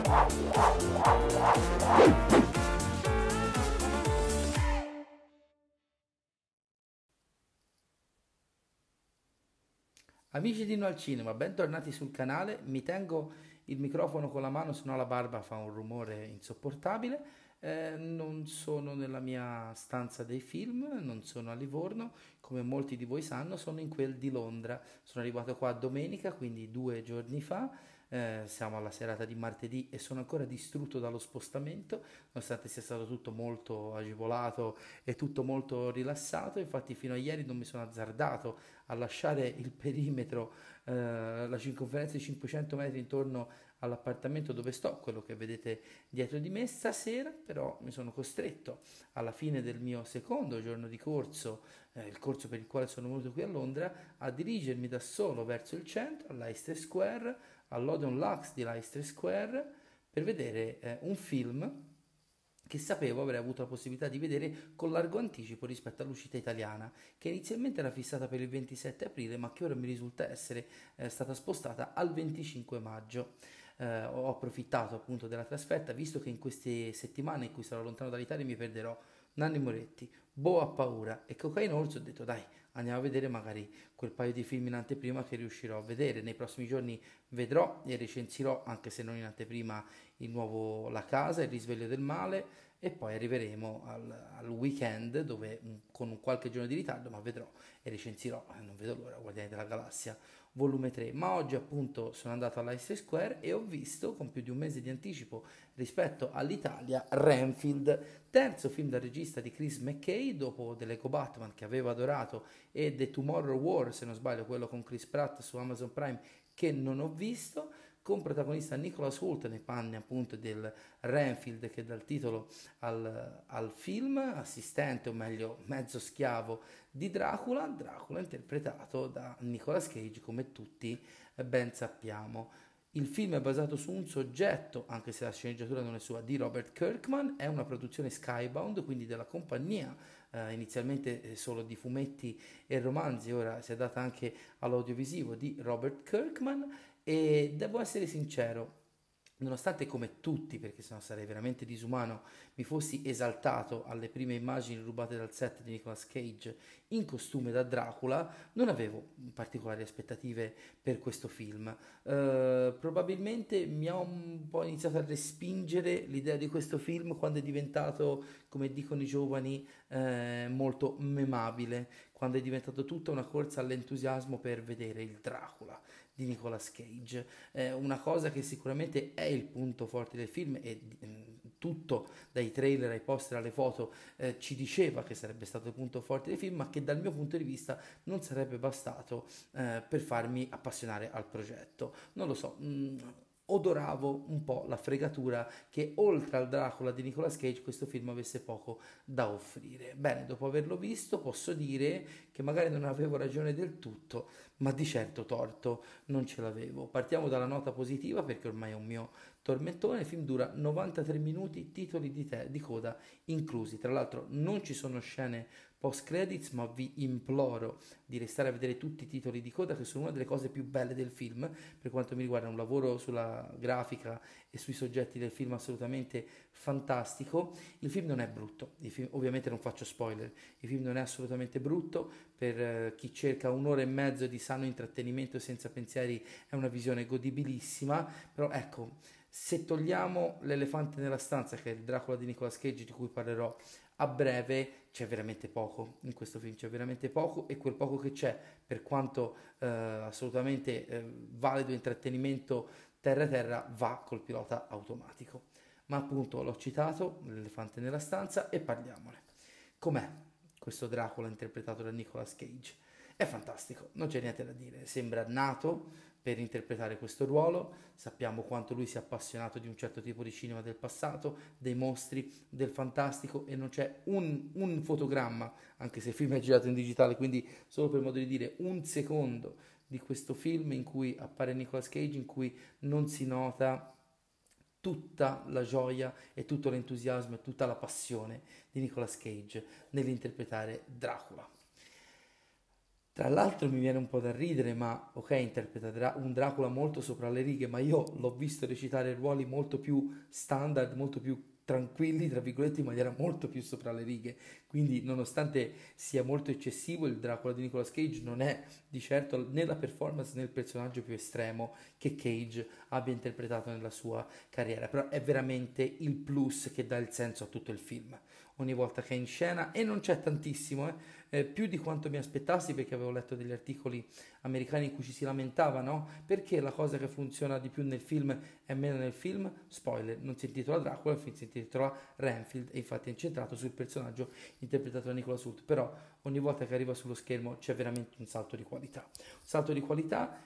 Amici di No al Cinema, bentornati sul canale. Mi tengo il microfono con la mano, sennò la barba fa un rumore insopportabile. Non sono nella mia stanza dei film, non sono a Livorno, come molti di voi sanno, sono in quel di Londra. Sono arrivato qua domenica, quindi 2 giorni fa. Siamo alla serata di martedì e sono ancora distrutto dallo spostamento, nonostante sia stato tutto molto agevolato e tutto molto rilassato. Infatti, fino a ieri non mi sono azzardato a lasciare il perimetro, la circonferenza di 500 metri intorno all'appartamento dove sto, quello che vedete dietro di me. Stasera però mi sono costretto, alla fine del mio secondo giorno di corso, il corso per il quale sono venuto qui a Londra, a dirigermi da solo verso il centro, a Leicester Square, all'Odeon Lux di Leicester Square, per vedere un film che sapevo avrei avuto la possibilità di vedere con largo anticipo rispetto all'uscita italiana, che inizialmente era fissata per il 27 aprile, ma che ora mi risulta essere stata spostata al 25 maggio. Ho approfittato appunto della trasferta, visto che in queste settimane in cui sarò lontano dall'Italia mi perderò Nanni Moretti, Boa Paura e Cocaine Orso. Ho detto dai, andiamo a vedere magari quel paio di film in anteprima che riuscirò a vedere. Nei prossimi giorni vedrò e recensirò, anche se non in anteprima, il nuovo La Casa, Il risveglio del male, e poi arriveremo al weekend dove con un qualche giorno di ritardo, ma vedrò e recensirò, non vedo l'ora, Guardiani della Galassia volume 3. Ma oggi appunto sono andato all'Leicester Square e ho visto con più di un mese di anticipo rispetto all'Italia Renfield, terzo film da regista di Chris McKay, dopo The Lego Batman che avevo adorato e The Tomorrow War, se non sbaglio, quello con Chris Pratt su Amazon Prime, che non ho visto, con protagonista Nicholas Hoult nei panni appunto del Renfield, che dà il titolo al film, assistente o meglio mezzo schiavo di Dracula interpretato da Nicolas Cage, come tutti ben sappiamo. Il film è basato su un soggetto, anche se la sceneggiatura non è sua, di Robert Kirkman, è una produzione Skybound, quindi della compagnia, inizialmente solo di fumetti e romanzi, ora si è data anche all'audiovisivo di Robert Kirkman. E devo essere sincero, nonostante come tutti, perché sennò sarei veramente disumano, mi fossi esaltato alle prime immagini rubate dal set di Nicolas Cage in costume da Dracula, non avevo particolari aspettative per questo film. Probabilmente mi ha un po' iniziato a respingere l'idea di questo film quando è diventato, come dicono i giovani, molto memabile, quando è diventato tutta una corsa all'entusiasmo per vedere il Dracula di Nicolas Cage. Una cosa che sicuramente è il punto forte del film, e tutto dai trailer ai poster alle foto ci diceva che sarebbe stato il punto forte del film, ma che dal mio punto di vista non sarebbe bastato per farmi appassionare al progetto. Non lo so. Odoravo un po' la fregatura che oltre al Dracula di Nicolas Cage questo film avesse poco da offrire. Bene, dopo averlo visto posso dire che magari non avevo ragione del tutto, ma di certo torto non ce l'avevo. Partiamo dalla nota positiva, perché ormai è un mio tormentone. Il film dura 93 minuti, titoli di coda inclusi. Tra l'altro non ci sono scene post credits, ma vi imploro di restare a vedere tutti i titoli di coda, che sono una delle cose più belle del film. Per quanto mi riguarda, un lavoro sulla grafica e sui soggetti del film assolutamente fantastico. Il film non è brutto, ovviamente non faccio spoiler, il film non è assolutamente brutto. Per chi cerca un'ora e mezzo di sano intrattenimento senza pensieri è una visione godibilissima. Però ecco, se togliamo l'elefante nella stanza, che è il Dracula di Nicolas Cage, di cui parlerò a breve, c'è veramente poco in questo film, c'è veramente poco, e quel poco che c'è, per quanto assolutamente valido intrattenimento terra terra, va col pilota automatico. Ma appunto l'ho citato, l'elefante nella stanza, e parliamone. Com'è questo Dracula interpretato da Nicolas Cage? È fantastico, non c'è niente da dire, sembra nato per interpretare questo ruolo. Sappiamo quanto lui sia appassionato di un certo tipo di cinema del passato, dei mostri, del fantastico, e non c'è un fotogramma, anche se il film è girato in digitale, quindi solo per modo di dire, un secondo di questo film in cui appare Nicolas Cage in cui non si nota tutta la gioia e tutto l'entusiasmo e tutta la passione di Nicolas Cage nell'interpretare Dracula. Tra l'altro mi viene un po' da ridere, ma ok, interpreta un Dracula molto sopra le righe, ma io l'ho visto recitare ruoli molto più standard, molto più tranquilli, tra virgolette, in maniera molto più sopra le righe. Quindi, nonostante sia molto eccessivo, il Dracula di Nicolas Cage non è di certo né la performance né il personaggio più estremo che Cage abbia interpretato nella sua carriera, però è veramente il plus che dà il senso a tutto il film. Ogni volta che è in scena, e non c'è tantissimo, più di quanto mi aspettassi perché avevo letto degli articoli americani in cui ci si lamentava, no? Perché la cosa che funziona di più nel film è meno nel film? Spoiler, non si intitola Dracula, il film si intitola Renfield e infatti è incentrato sul personaggio interpretato da Nicolas Hoult, però ogni volta che arriva sullo schermo c'è veramente un salto di qualità. Un salto di qualità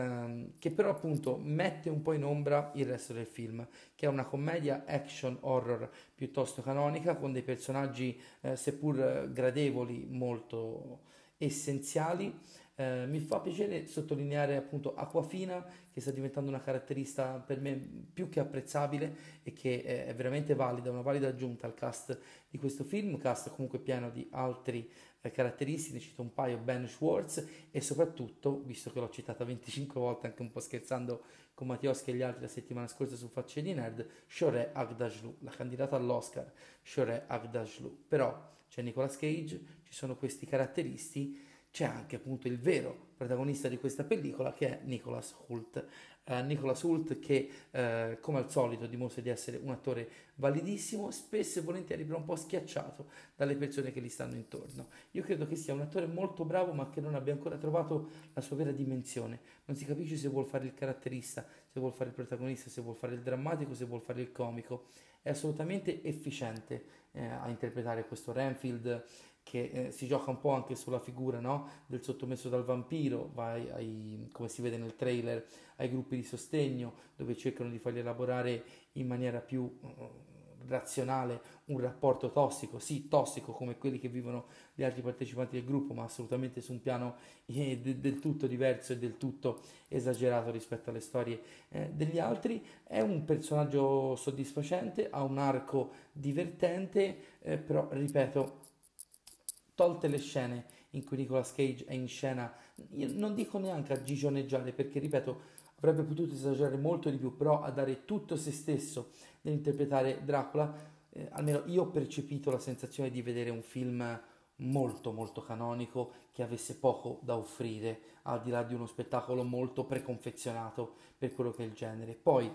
che però appunto mette un po' in ombra il resto del film, che è una commedia action horror piuttosto canonica, con dei personaggi seppur gradevoli, molto essenziali. Mi fa piacere sottolineare appunto Aquafina, che sta diventando una caratterista per me più che apprezzabile e che è veramente valida, una valida aggiunta al cast di questo film, cast comunque pieno di altri caratteristici, ne cito un paio: Ben Schwartz e soprattutto, visto che l'ho citata 25 volte anche un po' scherzando con Mattioschi e gli altri la settimana scorsa su Facce di Nerd, Shoreh Agdashlu, la candidata all'Oscar Shoreh Agdashlu. Però c'è Nicolas Cage, ci sono questi caratteristi, c'è anche appunto il vero protagonista di questa pellicola che è Nicolas Hoult. Nicolas Hoult che come al solito dimostra di essere un attore validissimo, spesso e volentieri però un po' schiacciato dalle persone che gli stanno intorno. Io credo che sia un attore molto bravo ma che non abbia ancora trovato la sua vera dimensione. Non si capisce se vuol fare il caratterista, se vuol fare il protagonista, se vuol fare il drammatico, se vuol fare il comico. È assolutamente efficiente a interpretare questo Renfield che si gioca un po' anche sulla figura, no? Del sottomesso dal vampiro, come si vede nel trailer, ai gruppi di sostegno dove cercano di fargli elaborare in maniera più razionale un rapporto tossico, sì, tossico come quelli che vivono gli altri partecipanti del gruppo, ma assolutamente su un piano del tutto diverso e del tutto esagerato rispetto alle storie degli altri. È un personaggio soddisfacente, ha un arco divertente, però ripeto, tolte le scene in cui Nicolas Cage è in scena, io non dico neanche a gigioneggiare perché, ripeto, avrebbe potuto esagerare molto di più, però a dare tutto se stesso nell'interpretare Dracula, almeno io ho percepito la sensazione di vedere un film molto molto canonico che avesse poco da offrire al di là di uno spettacolo molto preconfezionato per quello che è il genere. Poi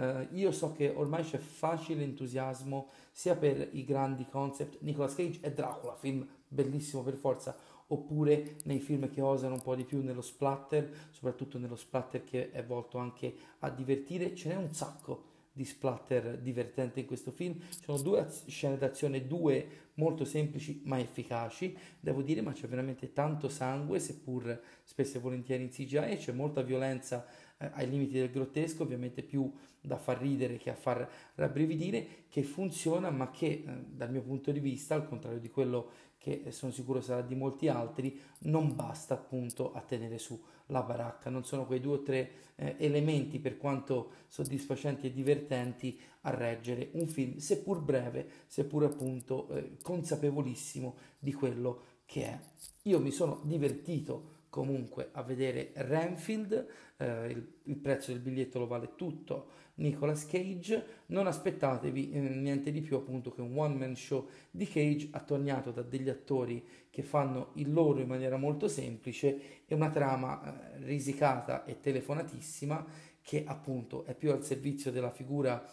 io so che ormai c'è facile entusiasmo sia per i grandi concept, Nicolas Cage e Dracula, film bellissimo per forza, oppure nei film che osano un po' di più nello splatter, soprattutto nello splatter che è volto anche a divertire. Ce n'è un sacco di splatter divertente in questo film, ci sono due scene d'azione, due molto semplici ma efficaci, devo dire, ma c'è veramente tanto sangue, seppur spesso e volentieri in CGI, e c'è molta violenza ai limiti del grottesco, ovviamente più da far ridere che a far rabbrividire, che funziona ma che dal mio punto di vista, al contrario di quello che sono sicuro sarà di molti altri, non basta appunto a tenere su la baracca. Non sono quei due o tre elementi, per quanto soddisfacenti e divertenti, a reggere un film, seppur breve, seppur appunto consapevolissimo di quello che è. Io mi sono divertito comunque a vedere Renfield, il prezzo del biglietto lo vale tutto. Nicolas Cage, non aspettatevi niente di più appunto che un one man show di Cage attorniato da degli attori che fanno il loro in maniera molto semplice e una trama risicata e telefonatissima che appunto è più al servizio della figura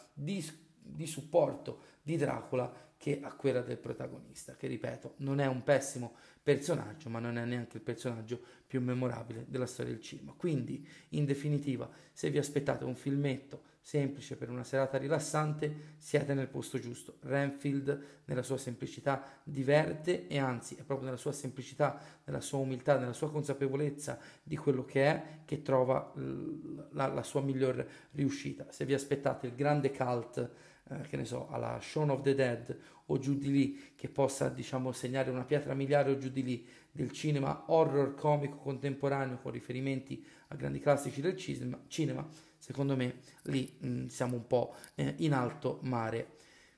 di supporto di Dracula che a quella del protagonista, che ripeto non è un pessimo personaggio ma non è neanche il personaggio più memorabile della storia del cinema. Quindi in definitiva, se vi aspettate un filmetto semplice per una serata rilassante, siete nel posto giusto. Renfield nella sua semplicità diverte e anzi è proprio nella sua semplicità, nella sua umiltà, nella sua consapevolezza di quello che è, che trova la sua miglior riuscita. Se vi aspettate il grande cult, che ne so, alla Shaun of the Dead o giù di lì, che possa diciamo segnare una pietra miliare o giù di lì del cinema horror comico contemporaneo con riferimenti a grandi classici del cinema, secondo me lì siamo un po' in alto mare.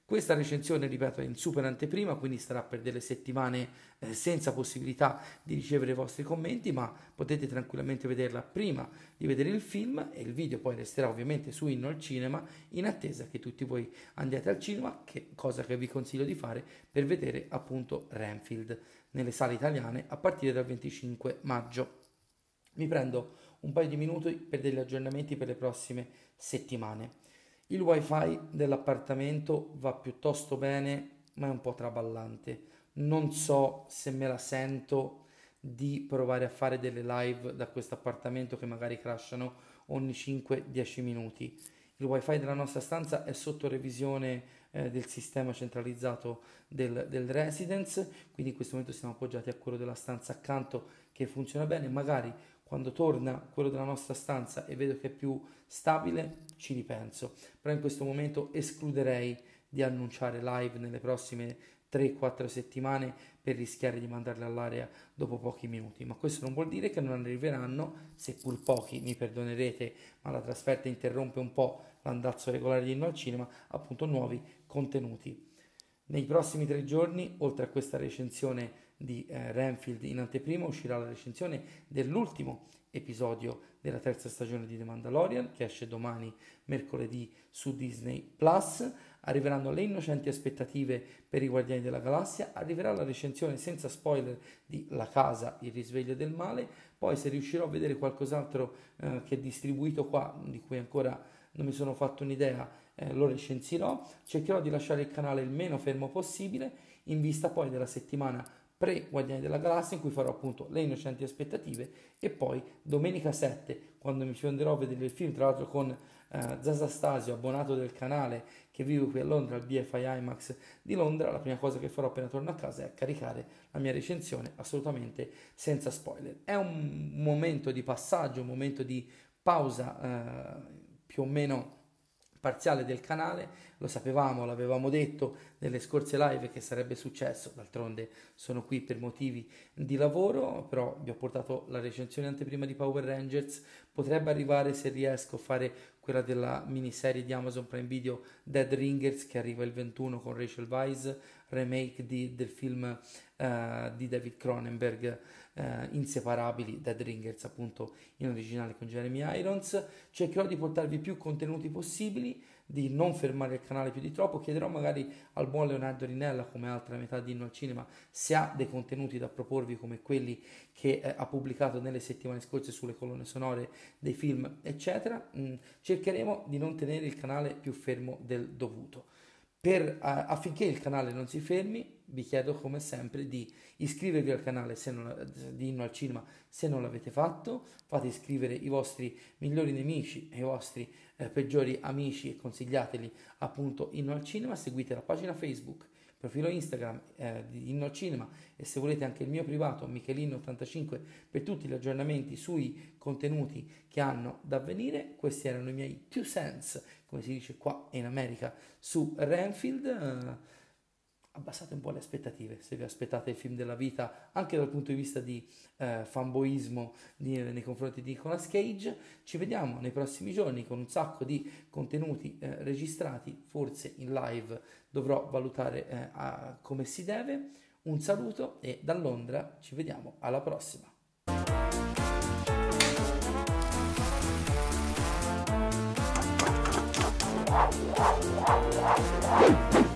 Questa recensione, ripeto, è in super anteprima, quindi starà per delle settimane senza possibilità di ricevere i vostri commenti, ma potete tranquillamente vederla prima di vedere il film, e il video poi resterà ovviamente su Inno al Cinema in attesa che tutti voi andiate al cinema, cosa che vi consiglio di fare per vedere appunto Renfield nelle sale italiane a partire dal 25 maggio. Mi prendo un paio di minuti per degli aggiornamenti per le prossime settimane. Il wifi dell'appartamento va piuttosto bene, ma è un po' traballante. Non so se me la sento di provare a fare delle live da questo appartamento che magari crashano ogni 5-10 minuti. Il wifi della nostra stanza è sotto revisione del sistema centralizzato del residence, quindi in questo momento siamo appoggiati a quello della stanza accanto che funziona bene. Magari quando torna quello della nostra stanza e vedo che è più stabile ci ripenso, però in questo momento escluderei di annunciare live nelle prossime 3-4 settimane per rischiare di mandarle all'aria dopo pochi minuti, ma questo non vuol dire che non arriveranno, seppur pochi, mi perdonerete, ma la trasferta interrompe un po' l'andazzo regolare di Inno al Cinema, appunto nuovi contenuti. Nei prossimi 3 giorni, oltre a questa recensione di Renfield in anteprima, uscirà la recensione dell'ultimo episodio della terza stagione di The Mandalorian, che esce domani mercoledì su Disney Plus. Arriveranno le innocenti aspettative per i Guardiani della Galassia, arriverà la recensione senza spoiler di La Casa, il risveglio del male, poi se riuscirò a vedere qualcos'altro che è distribuito qua, di cui ancora non mi sono fatto un'idea, lo recensirò. Cercherò di lasciare il canale il meno fermo possibile, in vista poi della settimana pre-Guardiani della Galassia, in cui farò appunto le innocenti aspettative, e poi domenica 7, quando mi fionderò a vedere il film, tra l'altro con Zaza Stasio, abbonato del canale, che vive qui a Londra, al BFI IMAX di Londra, la prima cosa che farò appena torno a casa è caricare la mia recensione assolutamente senza spoiler. È un momento di passaggio, un momento di pausa più o meno parziale del canale, lo sapevamo, l'avevamo detto nelle scorse live che sarebbe successo, d'altronde sono qui per motivi di lavoro, però vi ho portato la recensione anteprima di Power Rangers, potrebbe arrivare, se riesco, a fare quella della miniserie di Amazon Prime Video Dead Ringers, che arriva il 21 con Rachel Weisz, remake del film di David Cronenberg, Inseparabili, Dead Ringers appunto in originale con Jeremy Irons. Cercherò di portarvi più contenuti possibili, di non fermare il canale più di troppo. Chiederò magari al buon Leonardo Rinella, come altra metà di Inno al Cinema, se ha dei contenuti da proporvi come quelli che ha pubblicato nelle settimane scorse sulle colonne sonore dei film eccetera. Cercheremo di non tenere il canale più fermo del dovuto. Affinché il canale non si fermi, vi chiedo come sempre di iscrivervi al canale di Inno al Cinema se non l'avete fatto. Fate iscrivere i vostri migliori nemici e i vostri peggiori amici e consigliateli appunto Inno al Cinema. Seguite la pagina Facebook, il profilo Instagram di Inno al Cinema, e se volete anche il mio privato Michelino85 per tutti gli aggiornamenti sui contenuti che hanno da avvenire. Questi erano i miei 2 cents, come si dice qua in America, su Renfield. Abbassate un po' le aspettative se vi aspettate il film della vita, anche dal punto di vista di fanboismo nei confronti di Nicolas Cage. Ci vediamo nei prossimi giorni con un sacco di contenuti registrati, forse in live dovrò valutare come si deve. Un saluto e da Londra ci vediamo alla prossima.